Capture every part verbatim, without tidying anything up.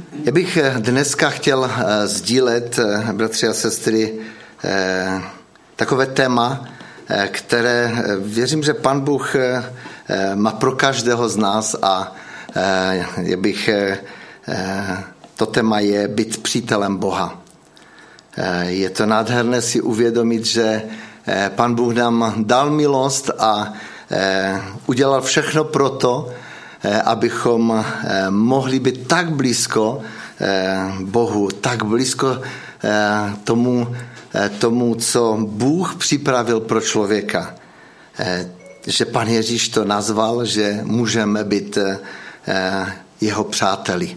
Já bych dneska chtěl sdílet, bratři a sestry, takové téma, které věřím, že Pan Bůh má pro každého z nás a já bych, to téma je být přítelem Boha. Je to nádherné si uvědomit, že Pan Bůh nám dal milost a udělal všechno proto, abychom mohli být tak blízko Bohu, tak blízko tomu, tomu, co Bůh připravil pro člověka. Že Pan Ježíš to nazval, že můžeme být jeho přáteli.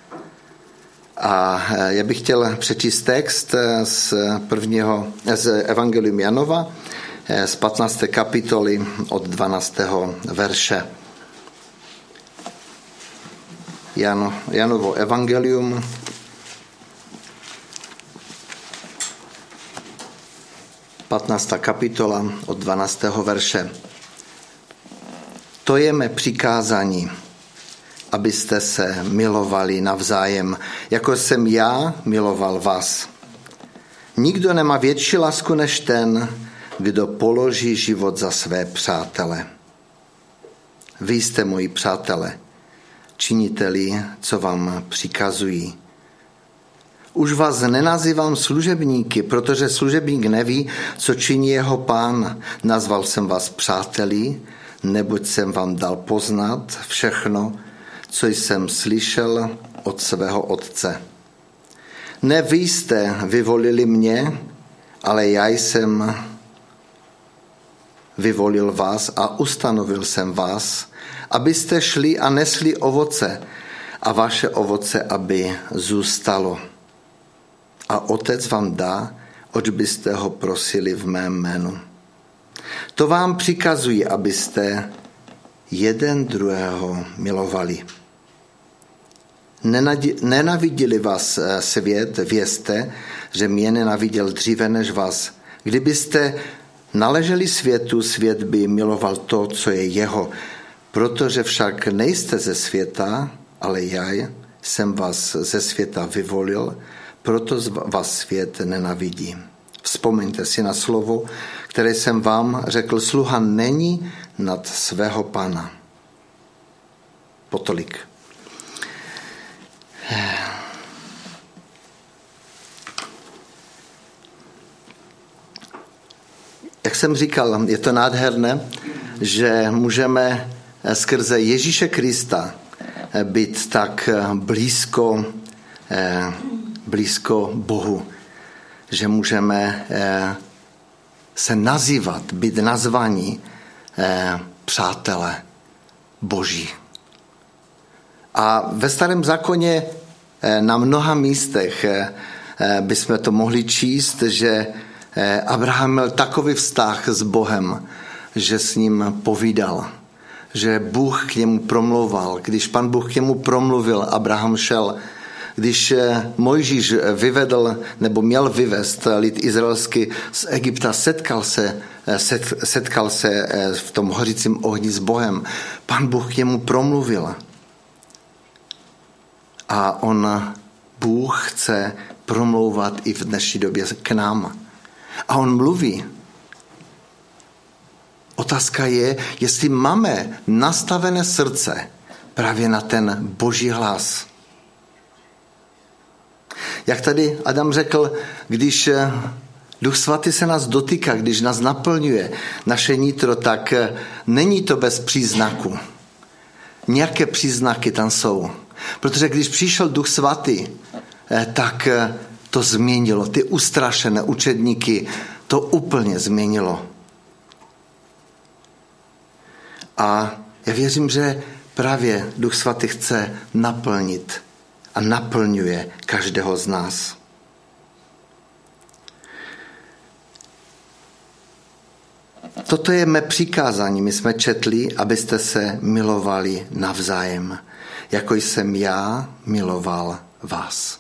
A já bych chtěl přečíst text z prvního, z Evangelium Janova, z patnácté kapitoly od dvanáctého verše. Jan, Janovo Evangelium, patnáctá kapitola od dvanáctého verše. To je mé přikázání, abyste se milovali navzájem, jako jsem já miloval vás. Nikdo nemá větší lásku než ten, kdo položí život za své přátele. Vy jste moji přátelé, činíte-li, co vám přikazují. Už vás nenazývám služebníky, protože služebník neví, co činí jeho pán. Nazval jsem vás přáteli, neboť jsem vám dal poznat všechno, co jsem slyšel od svého otce. Ne vy jste vyvolili mě, ale já jsem vyvolil vás a ustanovil jsem vás, abyste šli a nesli ovoce a vaše ovoce, aby zůstalo. A otec vám dá, oč byste ho prosili v mém jménu. To vám přikazuji, abyste jeden druhého milovali. Nenaviděli vás svět, vězte, že mě nenaviděl dříve než vás. Kdybyste naleželi světu, svět by miloval to, co je jeho. Protože však nejste ze světa, ale já jsem vás ze světa vyvolil, proto vás svět nenavidí. Vzpomeňte si na slovo, které jsem vám řekl, sluha není nad svého pana. Potolik. Jak jsem říkal, je to nádherné, že můžeme skrze Ježíše Krista být tak blízko, blízko Bohu, že můžeme se nazývat, být nazvaní přátelé Boží. A ve Starém zákoně na mnoha místech bychom to mohli číst, že Abraham měl takový vztah s Bohem, že s ním povídal, že Bůh k němu promlouval. Když Pan Bůh k němu promluvil, Abraham šel. Když Mojžíš vyvedl nebo měl vyvést lid izraelský z Egypta, setkal se, setkal se v tom hořícím ohni s Bohem. Pan Bůh k němu promluvil. A on, Bůh chce promlouvat i v dnešní době k nám. A on mluví. Otázka je, jestli máme nastavené srdce právě na ten Boží hlas. Jak tady Adam řekl, když Duch Svatý se nás dotýká, když nás naplňuje naše nitro, tak není to bez příznaku. Nějaké příznaky tam jsou. Protože když přišel Duch Svatý, tak to změnilo. Ty ustrašené učedníky to úplně změnilo. A já věřím, že právě Duch Svatý chce naplnit a naplňuje každého z nás. Toto je mé přikázání. My jsme četli, abyste se milovali navzájem, jako jsem já miloval vás.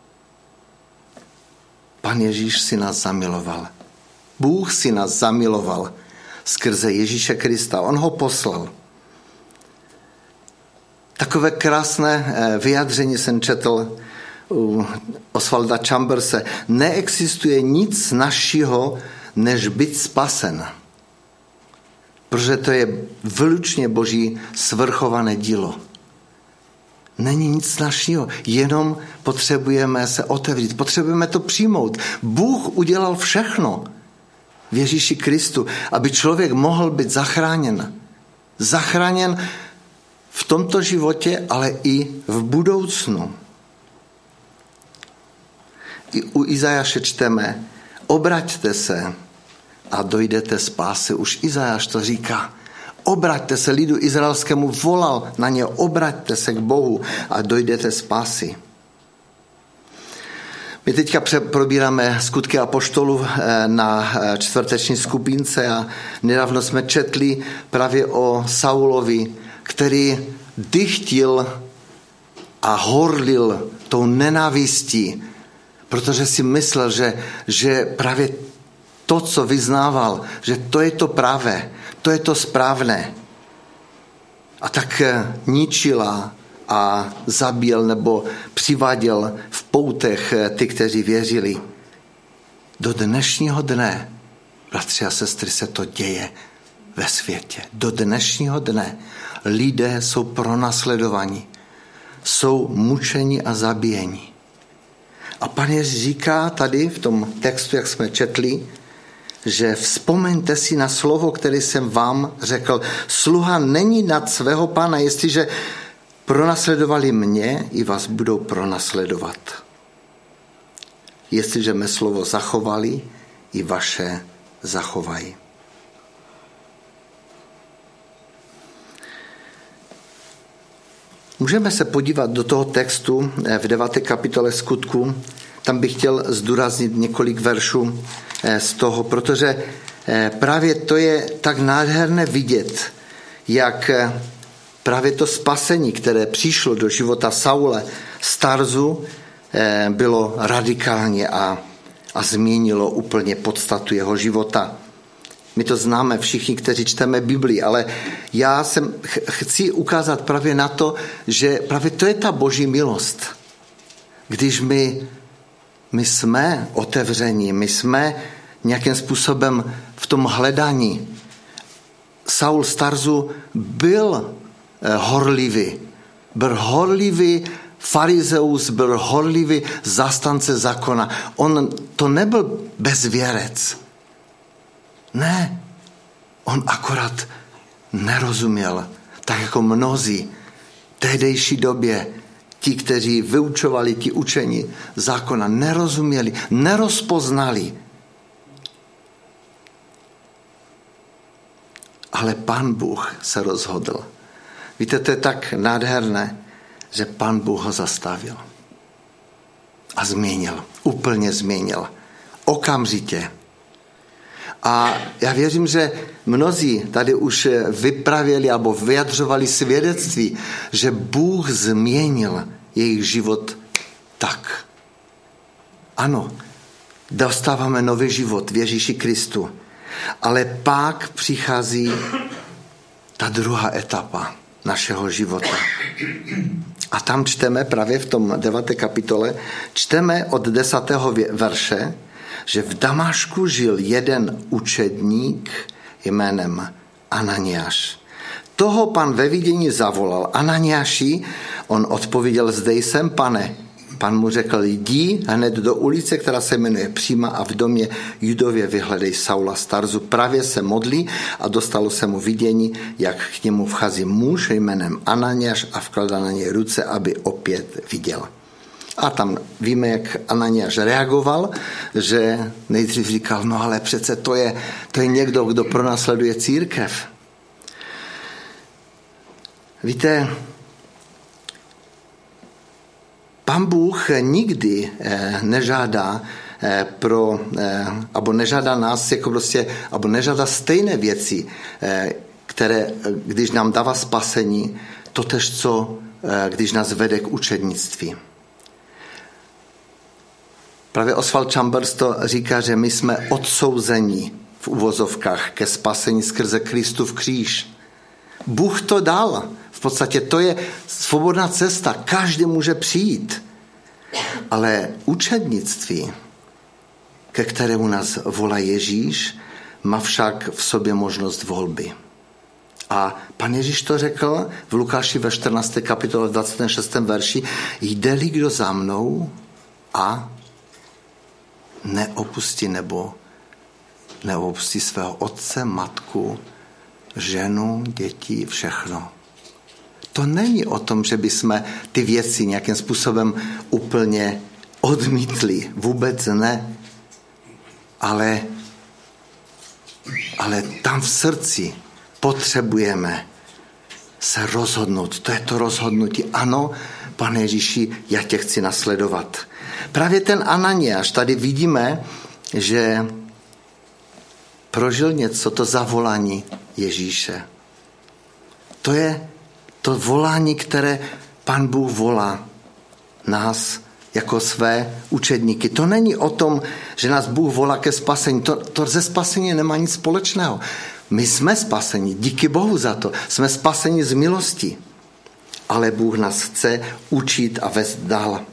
Pan Ježíš si nás zamiloval. Bůh si nás zamiloval skrze Ježíše Krista. On ho poslal. Takové krásné vyjádření jsem četl u Oswalda Chamberse, neexistuje nic snazšího, než být spasen. Protože to je vylučně Boží svrchované dílo. Není nic snazšího, jenom potřebujeme se otevřít, potřebujeme to přijmout. Bůh udělal všechno v Ježíši Kristu, aby člověk mohl být zachráněn. Zachráněn v tomto životě, ale i v budoucnu. I u Izajaše čteme, obraťte se a dojdete spásy. Už Izajáš to říká. Obraťte se, lidu izraelskému volal na ně, obraťte se k Bohu a dojdete spásy. My teďka probíráme skutky apoštolů na čtvrteční skupince a nedávno jsme četli právě o Saulovi, který dychtil a horlil tou nenávistí, protože si myslel, že, že právě to, co vyznával, že to je to pravé, to je to správné. A tak ničila a zabíjel nebo přiváděl v poutech ty, kteří věřili. Do dnešního dne, bratři a sestry, se to děje ve světě. Do dnešního dne lidé jsou pronásledovaní, jsou mučeni a zabíjeni. A Pán Ježíš říká tady v tom textu, jak jsme četli, že vzpomeňte si na slovo, které jsem vám řekl. Sluha není nad svého pána, jestliže pronásledovali mě, i vás budou pronásledovat. Jestliže mé slovo zachovali, i vaše zachovají. Můžeme se podívat do toho textu v deváté kapitole Skutku. Tam bych chtěl zdůraznit několik veršů z toho, protože právě to je tak nádherné vidět, jak právě to spasení, které přišlo do života Saule z Tarzu, bylo radikálně a, a změnilo úplně podstatu jeho života. My to známe všichni, kteří čteme Biblii, ale já jsem, chci ukázat právě na to, že právě to je ta Boží milost. Když my, my jsme otevření, my jsme nějakým způsobem v tom hledání. Saul z Tarzu byl horlivý. Byl horlivý farizeus, byl horlivý zastánce zákona. On to nebyl bezvěrec. Ne, on akorát nerozuměl, tak jako mnozí v tehdejší době, ti, kteří vyučovali, ti učení zákona, nerozuměli, nerozpoznali. Ale Pán Bůh se rozhodl. Víte, to je tak nádherné, že Pán Bůh ho zastavil a změnil, úplně změnil, okamžitě. A já věřím, že mnozí tady už vypravěli nebo vyjadřovali svědectví, že Bůh změnil jejich život tak. Ano, dostáváme nový život v Ježíši Kristu, ale pak přichází ta druhá etapa našeho života. A tam čteme právě v tom deváté kapitole, čteme od desátého verše, že v Damašku žil jeden učedník jménem Ananiáš. Toho Pan ve vidění zavolal. Ananiáši, on odpověděl, zde jsem, Pane. Pan mu řekl, jdi hned do ulice, která se jmenuje Příma a v domě Judově vyhledej Saula z Tarzu. Právě se modlí a dostalo se mu vidění, jak k němu vchází muž jménem Ananiáš a vkládá na něj ruce, aby opět viděl. A tam víme, jak Ananiáš reagoval, že nejdřív říkal, no ale přece to je, to je někdo, kdo pronásleduje církev. Víte, Pán Bůh nikdy nežádá pro, abo nežádá nás, jako prostě, abo nežádá stejné věci, které, když nám dává spasení, totež co, když nás vede k učednictví. Právě Oswald Chambers to říká, že my jsme odsouzeni v uvozovkách ke spasení skrze Kristův kříž. Bůh to dal. V podstatě to je svobodná cesta. Každý může přijít. Ale učednictví, ke kterému nás volá Ježíš, má však v sobě možnost volby. A pan Ježíš to řekl v Lukáši ve čtrnácté kapitole v dvacátém šestém verši: jde-li kdo za mnou a neopustí nebo neopustí svého otce, matku, ženu, děti, všechno. To není o tom, že bychom ty věci nějakým způsobem úplně odmítli. Vůbec ne. Ale, ale tam v srdci potřebujeme se rozhodnout. To je to rozhodnutí. Ano, Pane Ježíši, já tě chci nasledovat. Právě ten Ananiáš, tady vidíme, že prožil něco, to zavolání Ježíše. To je to volání, které Pan Bůh volá nás jako své učedníky. To není o tom, že nás Bůh volá ke spasení. To, to ze spasení nemá nic společného. My jsme spaseni, díky Bohu za to. Jsme spaseni z milosti. Ale Bůh nás chce učit a vést dál.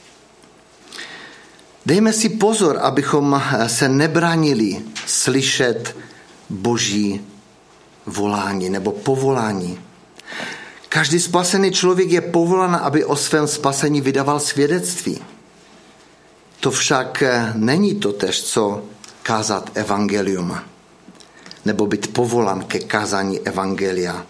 Dejme si pozor, abychom se nebránili slyšet Boží volání nebo povolání. Každý spasený člověk je povolán, aby o svém spasení vydával svědectví. To však není totéž, co kázat evangelium, nebo být povolán ke kázání evangelia.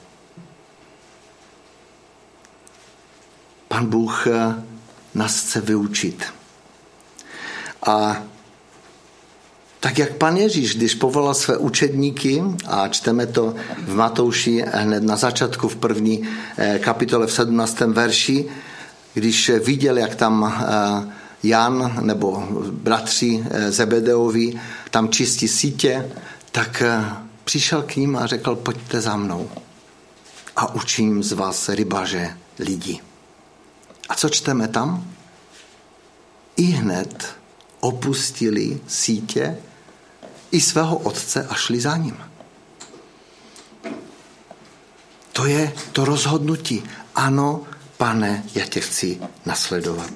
Pan Bůh nás chce vyučit. A tak jak pan Ježíš, když povolal své učedníky, a čteme to v Matouši hned na začátku v první kapitole v sedmnáctém verši, když viděl, jak tam Jan nebo bratři Zebedeovi tam čistí sítě, tak přišel k ním a řekl: pojďte za mnou a učiním z vás rybaře lidí. A co čteme tam? I hned opustili sítě i svého otce a šli za ním. To je to rozhodnutí. Ano, Pane, já tě chci nasledovat.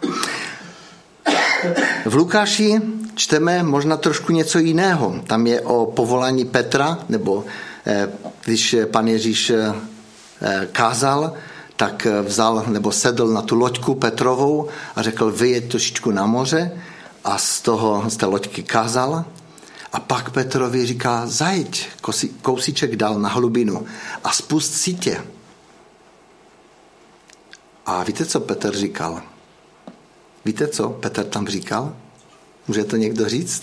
V Lukáši čteme možná trošku něco jiného. Tam je o povolání Petra, nebo eh, když pan Ježíš eh, kázal, tak vzal nebo sedl na tu loďku Petrovou a řekl: vyjeď trošičku na moře, a z toho, z té loďky kázal. A pak Petrovi říká: zajeď kousíček dál na hlubinu a spust sítě. A víte, co Petr říkal? Víte, co Petr tam říkal? Může to někdo říct?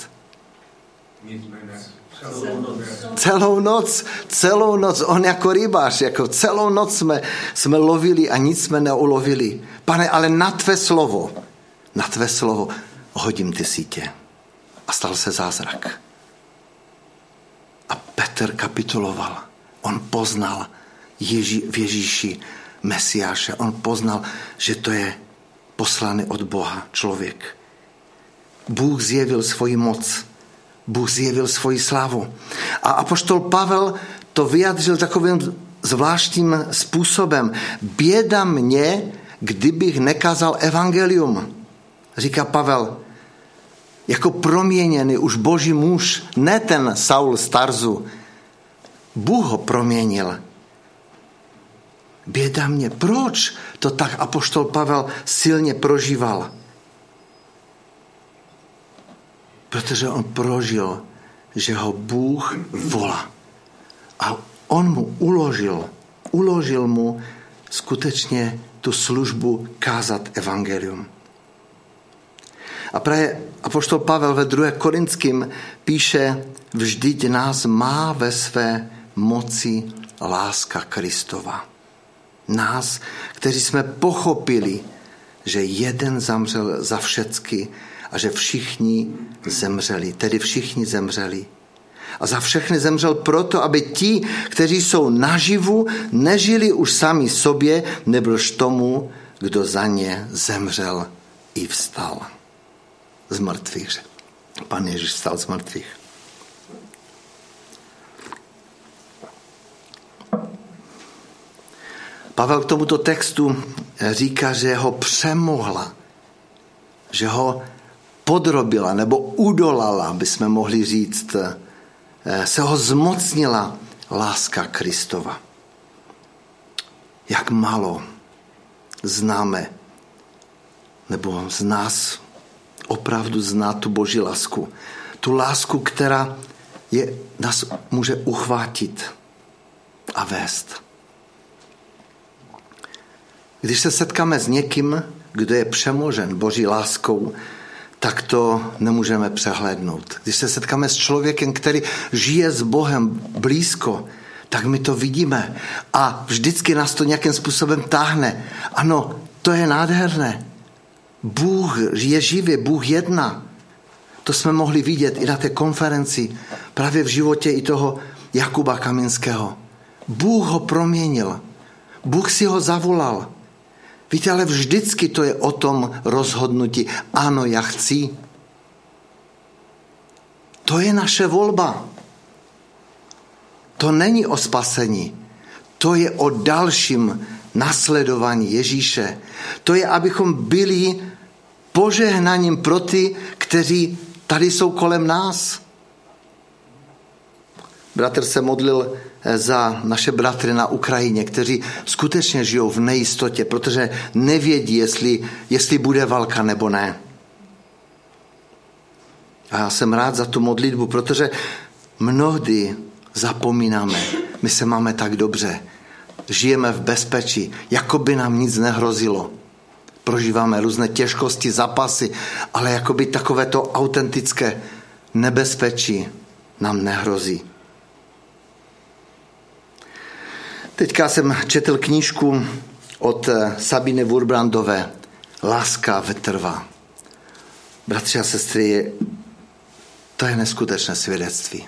Celou noc, celou noc, on jako rybář, jako celou noc jsme, jsme lovili a nic jsme neulovili. Pane, ale na tvé slovo, na tvé slovo hodím ty sítě. A stal se zázrak. A Petr kapituloval. On poznal Ježí, v Ježíši Mesiáše. On poznal, že to je poslaný od Boha člověk. Bůh zjevil svoji moc. Bůh zjevil svoji slávu. A apoštol Pavel to vyjádřil takovým zvláštním způsobem. Běda mě, kdybych nekázal evangelium. Říká Pavel, jako proměněný už Boží muž, ne ten Saul z Tarzu. Bůh ho proměnil. Běda mě. Proč to tak apoštol Pavel silně prožíval? Protože on prožil, že ho Bůh volá. A on mu uložil, uložil mu skutečně tu službu kázat evangelium. A právě apoštol Pavel ve druhém Korinským píše: vždyť nás má ve své moci láska Kristova. Nás, kteří jsme pochopili, že jeden zemřel za všecky a že všichni zemřeli, tedy všichni zemřeli. A za všechny zemřel proto, aby ti, kteří jsou naživu, nežili už sami sobě, nebož tomu, kdo za ně zemřel i vstal z mrtvých. Pan Ježíš vstal z mrtvých. Pavel k tomuto textu říká, že ho přemohla že ho podrobila nebo udolala, bychom mohli říct, se ho zmocnila láska Kristova. Jak málo známe, nebo z nás opravdu zná tu Boží lásku. Tu lásku, která je, nás může uchvátit a vést. Když se setkáme s někým, kdo je přemožen Boží láskou, tak to nemůžeme přehlédnout. Když se setkáme s člověkem, který žije s Bohem blízko, tak my to vidíme a vždycky nás to nějakým způsobem táhne. Ano, to je nádherné. Bůh je živý, Bůh jedná. To jsme mohli vidět i na té konferenci, právě v životě i toho Jakuba Kaminského. Bůh ho proměnil. Bůh si ho zavolal. Víte, ale vždycky to je o tom rozhodnutí. Ano, já chci. To je naše volba. To není o spasení. To je o dalším nasledování Ježíše. To je, abychom byli požehnaním pro ty, kteří tady jsou kolem nás. Bratr se modlil za naše bratry na Ukrajině, kteří skutečně žijou v nejistotě, protože nevědí, jestli, jestli bude válka nebo ne. A já jsem rád za tu modlitbu, protože mnohdy zapomínáme, my se máme tak dobře, žijeme v bezpečí, jako by nám nic nehrozilo. Prožíváme různé těžkosti, zápasy, ale jako by takové to autentické nebezpečí nám nehrozí. Teďka jsem četl knížku od Sabiny Wurbrandové Láska vytrvá. Bratři a sestry, to je neskutečné svědectví.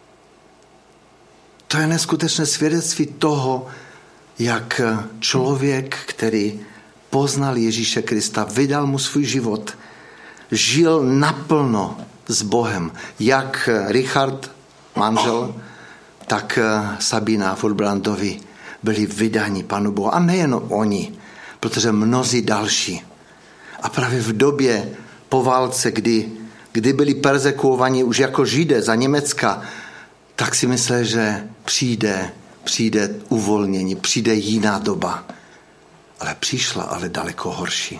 To je neskutečné svědectví toho, jak člověk, který poznal Ježíše Krista, vydal mu svůj život, žil naplno s Bohem. Jak Richard, manžel, tak Sabina Wurbrandová byli vydáni Panu Bohu. A nejen oni, protože mnozí další. A právě v době po válce, kdy, kdy byli perzekuovaní už jako Židé za Německa, tak si mysleli, že přijde, přijde uvolnění, přijde jiná doba. Ale přišla, ale daleko horší.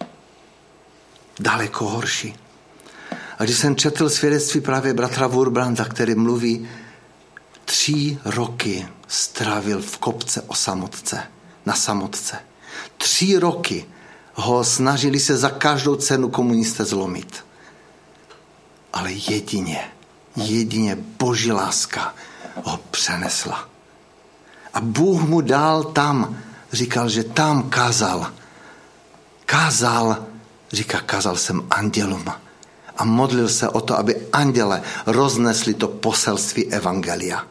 Daleko horší. A když jsem četl svědectví právě bratra Wurbranda, který mluví, tři roky strávil v kopce o samotce, na samotce. Tři roky ho snažili se za každou cenu komunisté zlomit. Ale jedině, jedině Boží láska ho přenesla. A Bůh mu dal tam, říkal, že tam kázal. Kázal, říká, kázal jsem andělům. A modlil se o to, aby anděle roznesli to poselství evangelia.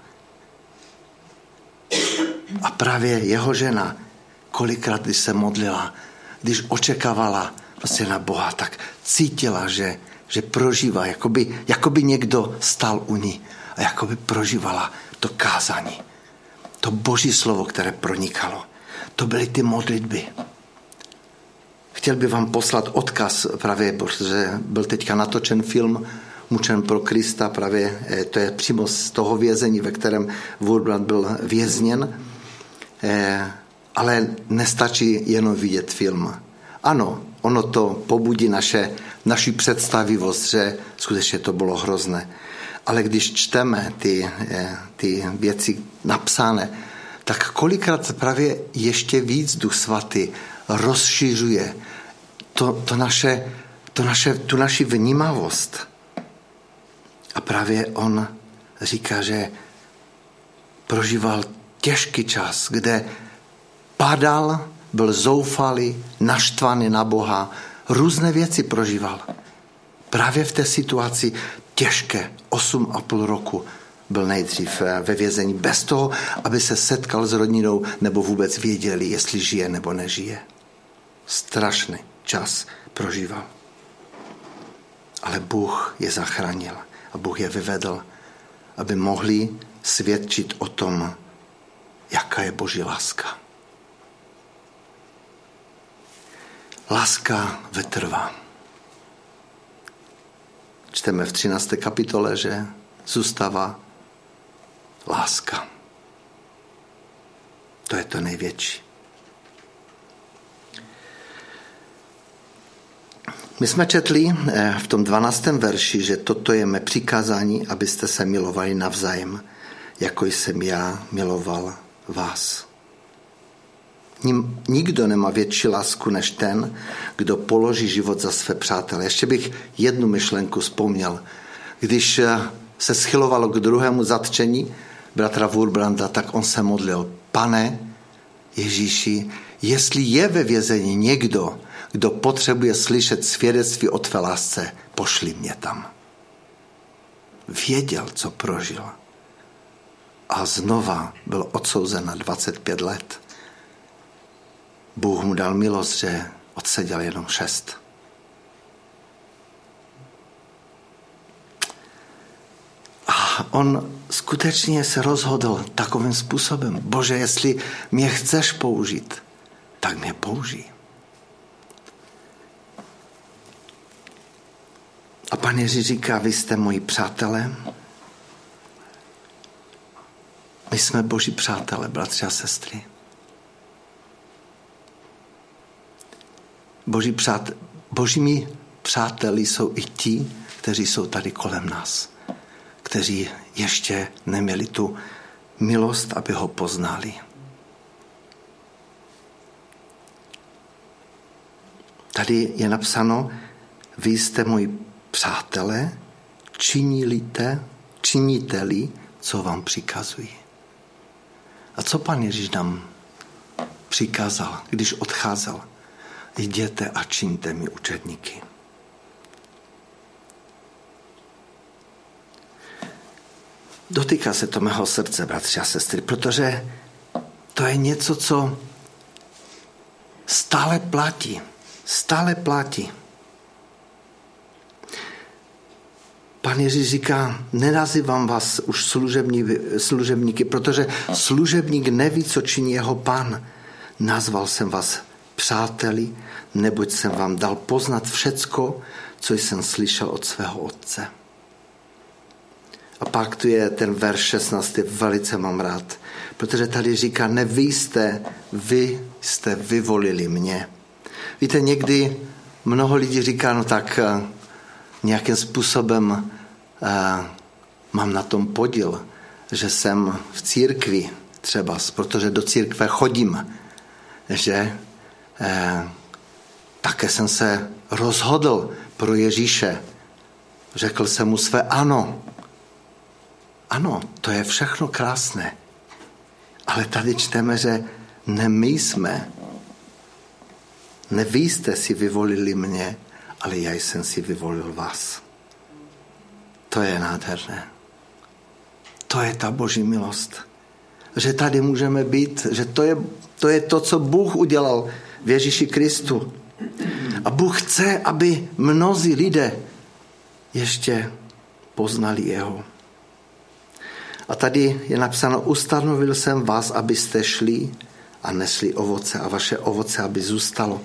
A právě jeho žena, kolikrát, když se modlila, když očekávala prostě na Boha, tak cítila, že, že prožívá, jakoby, jakoby někdo stál u ní a jakoby prožívala to kázání. To Boží slovo, které pronikalo. To byly ty modlitby. Chtěl bych vám poslat odkaz právě, protože byl teďka natočen film Mučen pro Krista, právě to je přímo z toho vězení, ve kterém Wurbrand byl vězněn, ale nestačí jenom vidět film. Ano, ono to pobudí naše, naši představivost, že skutečně to bylo hrozné. Ale když čteme ty, ty věci napsané, tak kolikrát právě ještě víc Duch Svatý rozšiřuje to, to naše, to naše, tu naši vnímavost. A právě on říká, že prožíval těžký čas, kde padal, byl zoufalý, naštvaný na Boha, různé věci prožíval. Právě v té situaci těžké, osm a půl roku byl nejdřív ve vězení bez toho, aby se setkal s rodinou nebo vůbec věděli, jestli žije nebo nežije. Strašný čas prožíval. Ale Bůh je zachránil a Bůh je vyvedl, aby mohli svědčit o tom, jaká je Boží láska. Láska vytrvá. čteme v třinácté kapitole, že zůstává láska. To je to největší. My jsme četli v tom dvanáctém verši, že toto je mé přikázání, abyste se milovali navzájem, jako jsem já miloval vás. Nikdo nemá větší lásku než ten, kdo položí život za své přátele. Ještě bych jednu myšlenku vzpomněl. Když se schylovalo k druhému zatčení bratra Wurmbranda, tak on se modlil: Pane Ježíši, jestli je ve vězení někdo, kdo potřebuje slyšet svědectví o tvé lásce, pošli mě tam. Věděl, co prožil. A znova byl odsouzen na dvacet pět let. Bůh mu dal milost, že odseděl jenom šest. A on skutečně se rozhodl takovým způsobem: Bože, jestli mě chceš použít, tak mě použij. A Pán Ježíš říká: vy jste moji přátelé. My jsme Boží přátelé, bratři a sestry. Boží přát, božími přáteli jsou i ti, kteří jsou tady kolem nás, kteří ještě neměli tu milost, aby ho poznali. Tady je napsáno: vy jste moji přátelé, činíte, činíte-li, co vám přikazují. A co Pán Ježíš nám přikázal, když odcházel? Jděte a čiňte mi učedníky. Dotýká se to mého srdce, bratři a sestry, protože to je něco, co stále platí. Stále platí. Pán Ježíš říká: nenazývám vás už služební, služebníky, protože služebník neví, co činí jeho pán. Nazval jsem vás přáteli, neboť jsem vám dal poznat všecko, co jsem slyšel od svého otce. A pak tu je ten verš šestnáctý, velice mám rád, protože tady říká: ne vy jste, vy jste vyvolili mě. Víte, někdy mnoho lidí říká: no tak nějakým způsobem uh, mám na tom podíl, že jsem v církvi třeba, protože do církve chodím, že uh, také jsem se rozhodl pro Ježíše. Řekl jsem mu své ano. Ano, to je všechno krásné. Ale tady čteme, že ne my jsme, ne vy jste si vyvolili mě, ale já jsem si vyvolil vás. To je nádherné. To je ta Boží milost. Že tady můžeme být, že to je to, je to co Bůh udělal v Ježíši Kristu. A Bůh chce, aby mnozí lidé ještě poznali jeho. A tady je napsáno: ustanovil jsem vás, abyste šli a nesli ovoce a vaše ovoce, aby zůstalo.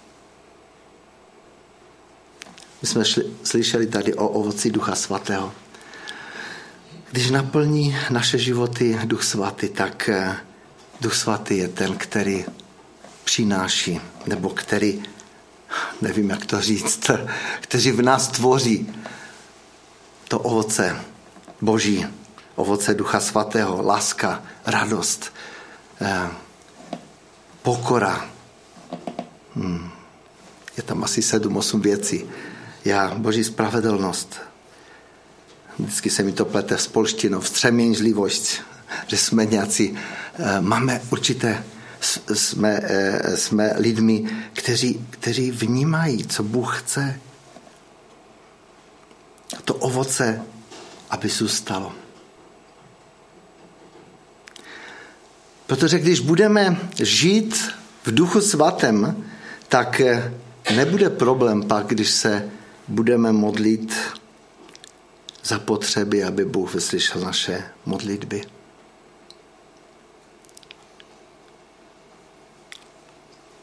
My jsme šli, slyšeli tady o ovoci Ducha Svatého. Když naplní naše životy Duch Svatý, tak Duch Svatý je ten, který přináší, nebo který, nevím, jak to říct, kteří v nás tvoří to ovoce Boží, ovoce Ducha Svatého, láska, radost, eh, pokora. Hmm. Je tam asi sedm, osm věcí. Já, Boží spravedlnost. Vždycky se mi to plete s polštinou, vstřeměnžlivost, že jsme nějací, eh, máme určité, jsme, eh, jsme lidmi, kteří, kteří vnímají, co Bůh chce. To ovoce, aby zůstalo. Protože když budeme žít v Duchu Svatém, tak nebude problém pak, když se budeme modlit za potřeby, aby Bůh vyslyšel naše modlitby.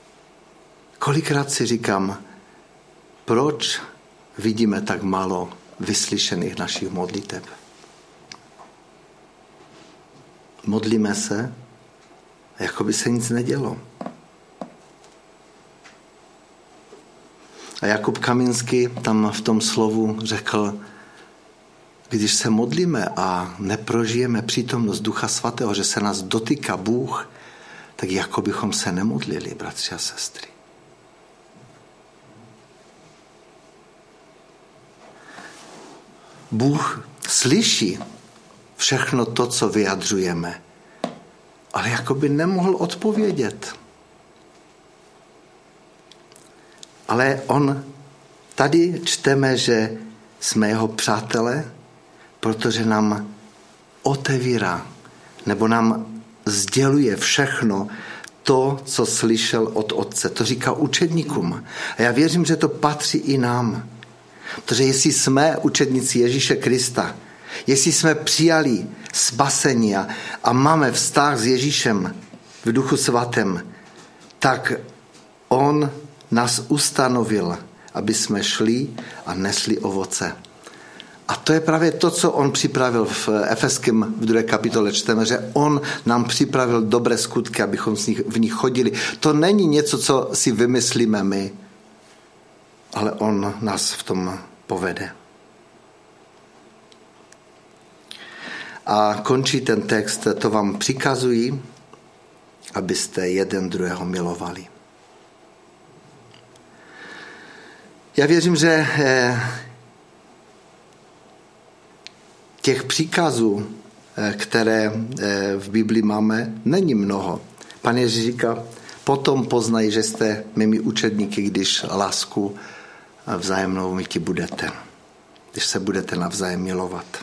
Kolikrát si říkám, proč vidíme tak málo vyslyšených našich modliteb. Modlíme se, jako by se nic nedělo. A Jakub Kaminský tam v tom slovu řekl, když se modlíme a neprožijeme přítomnost Ducha Svatého, že se nás dotýká Bůh, tak jako bychom se nemodlili, bratři a sestry. Bůh slyší všechno to, co vyjadřujeme, ale jako by nemohl odpovědět. Ale on, tady čteme, že jsme jeho přátelé, protože nám otevírá, nebo nám sděluje všechno to, co slyšel od Otce. To říká učedníkům. A já věřím, že to patří i nám. Protože jestli jsme učedníci Ježíše Krista, jestli jsme přijali spasení a, a máme vztah s Ježíšem v Duchu Svatém, tak on nás ustanovil, aby jsme šli a nesli ovoce. A to je právě to, co on připravil v Efeském v druhé kapitole. Čteme, že on nám připravil dobré skutky, abychom v nich chodili. To není něco, co si vymyslíme my, ale on nás v tom povede. A končí ten text, to vám přikazuji, abyste jeden druhého milovali. Já věřím, že těch příkazů, které v Biblii máme, není mnoho. Pan Ježíš říká, potom poznají, že jste mými učedníky, když lásku vzájemnou mít budete. Když se budete navzájem milovat.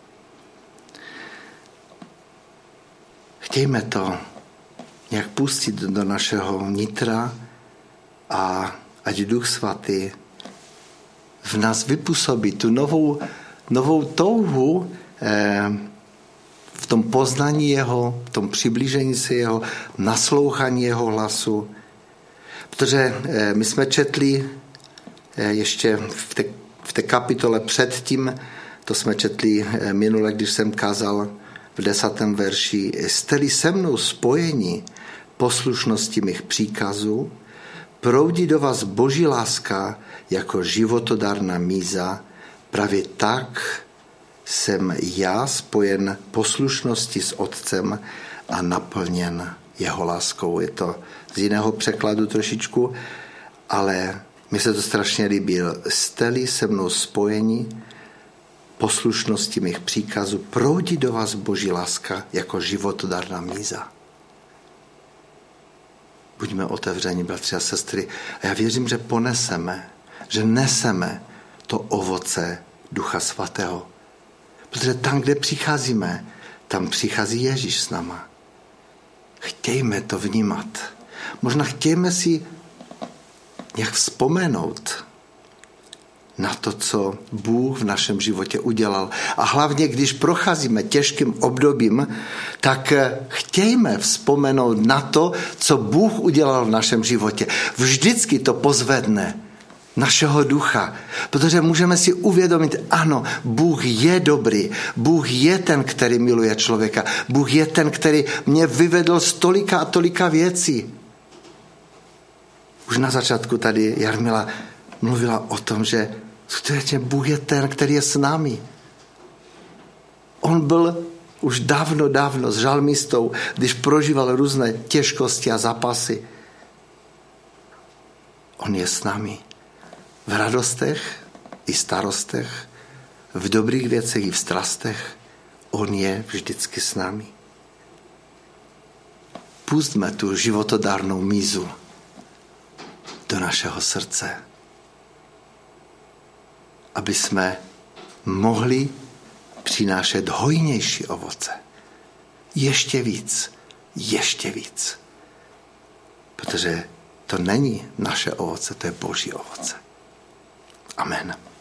Chtějme to nějak pustit do našeho nitra a ať Duch Svatý v nás vypůsobí tu novou, novou touhu eh, v tom poznání jeho, v tom přiblížení se jeho, naslouchání jeho hlasu. Protože eh, my jsme četli eh, ještě v té, v té kapitole předtím, to jsme četli eh, minule, když jsem kázal v desátém verši, jste-li se mnou spojení poslušnosti mých příkazů, proudí do vás Boží láska jako životodárná míza, právě tak jsem já spojen poslušnosti s Otcem a naplněn jeho láskou. Je to z jiného překladu trošičku, ale mi se to strašně líbí. Jste-li se mnou spojení poslušnosti mých příkazů, proudí do vás Boží láska jako životodárná míza. Buďme otevření, bratři a sestry. A já věřím, že poneseme, že neseme to ovoce Ducha Svatého. Protože tam, kde přicházíme, tam přichází Ježíš s náma. Chtějme to vnímat. Možná chtějme si nějak vzpomenout na to, co Bůh v našem životě udělal. A hlavně, když procházíme těžkým obdobím, tak chtějme vzpomenout na to, co Bůh udělal v našem životě. Vždycky to pozvedne našeho ducha, protože můžeme si uvědomit, ano, Bůh je dobrý, Bůh je ten, který miluje člověka, Bůh je ten, který mě vyvedl z tolika a tolika věcí. Už na začátku tady Jarmila mluvila o tom, že skutečně Bůh je ten, který je s námi. On byl už dávno, dávno s žalmistou, když prožíval různé těžkosti a zápasy. On je s námi. V radostech i starostech, v dobrých věcech i v strastech. On je vždycky s námi. Pustme tu životodárnou mízu do našeho srdce, aby jsme mohli přinášet hojnější ovoce. Ještě víc, ještě víc. Protože to není naše ovoce, to je Boží ovoce. Amen.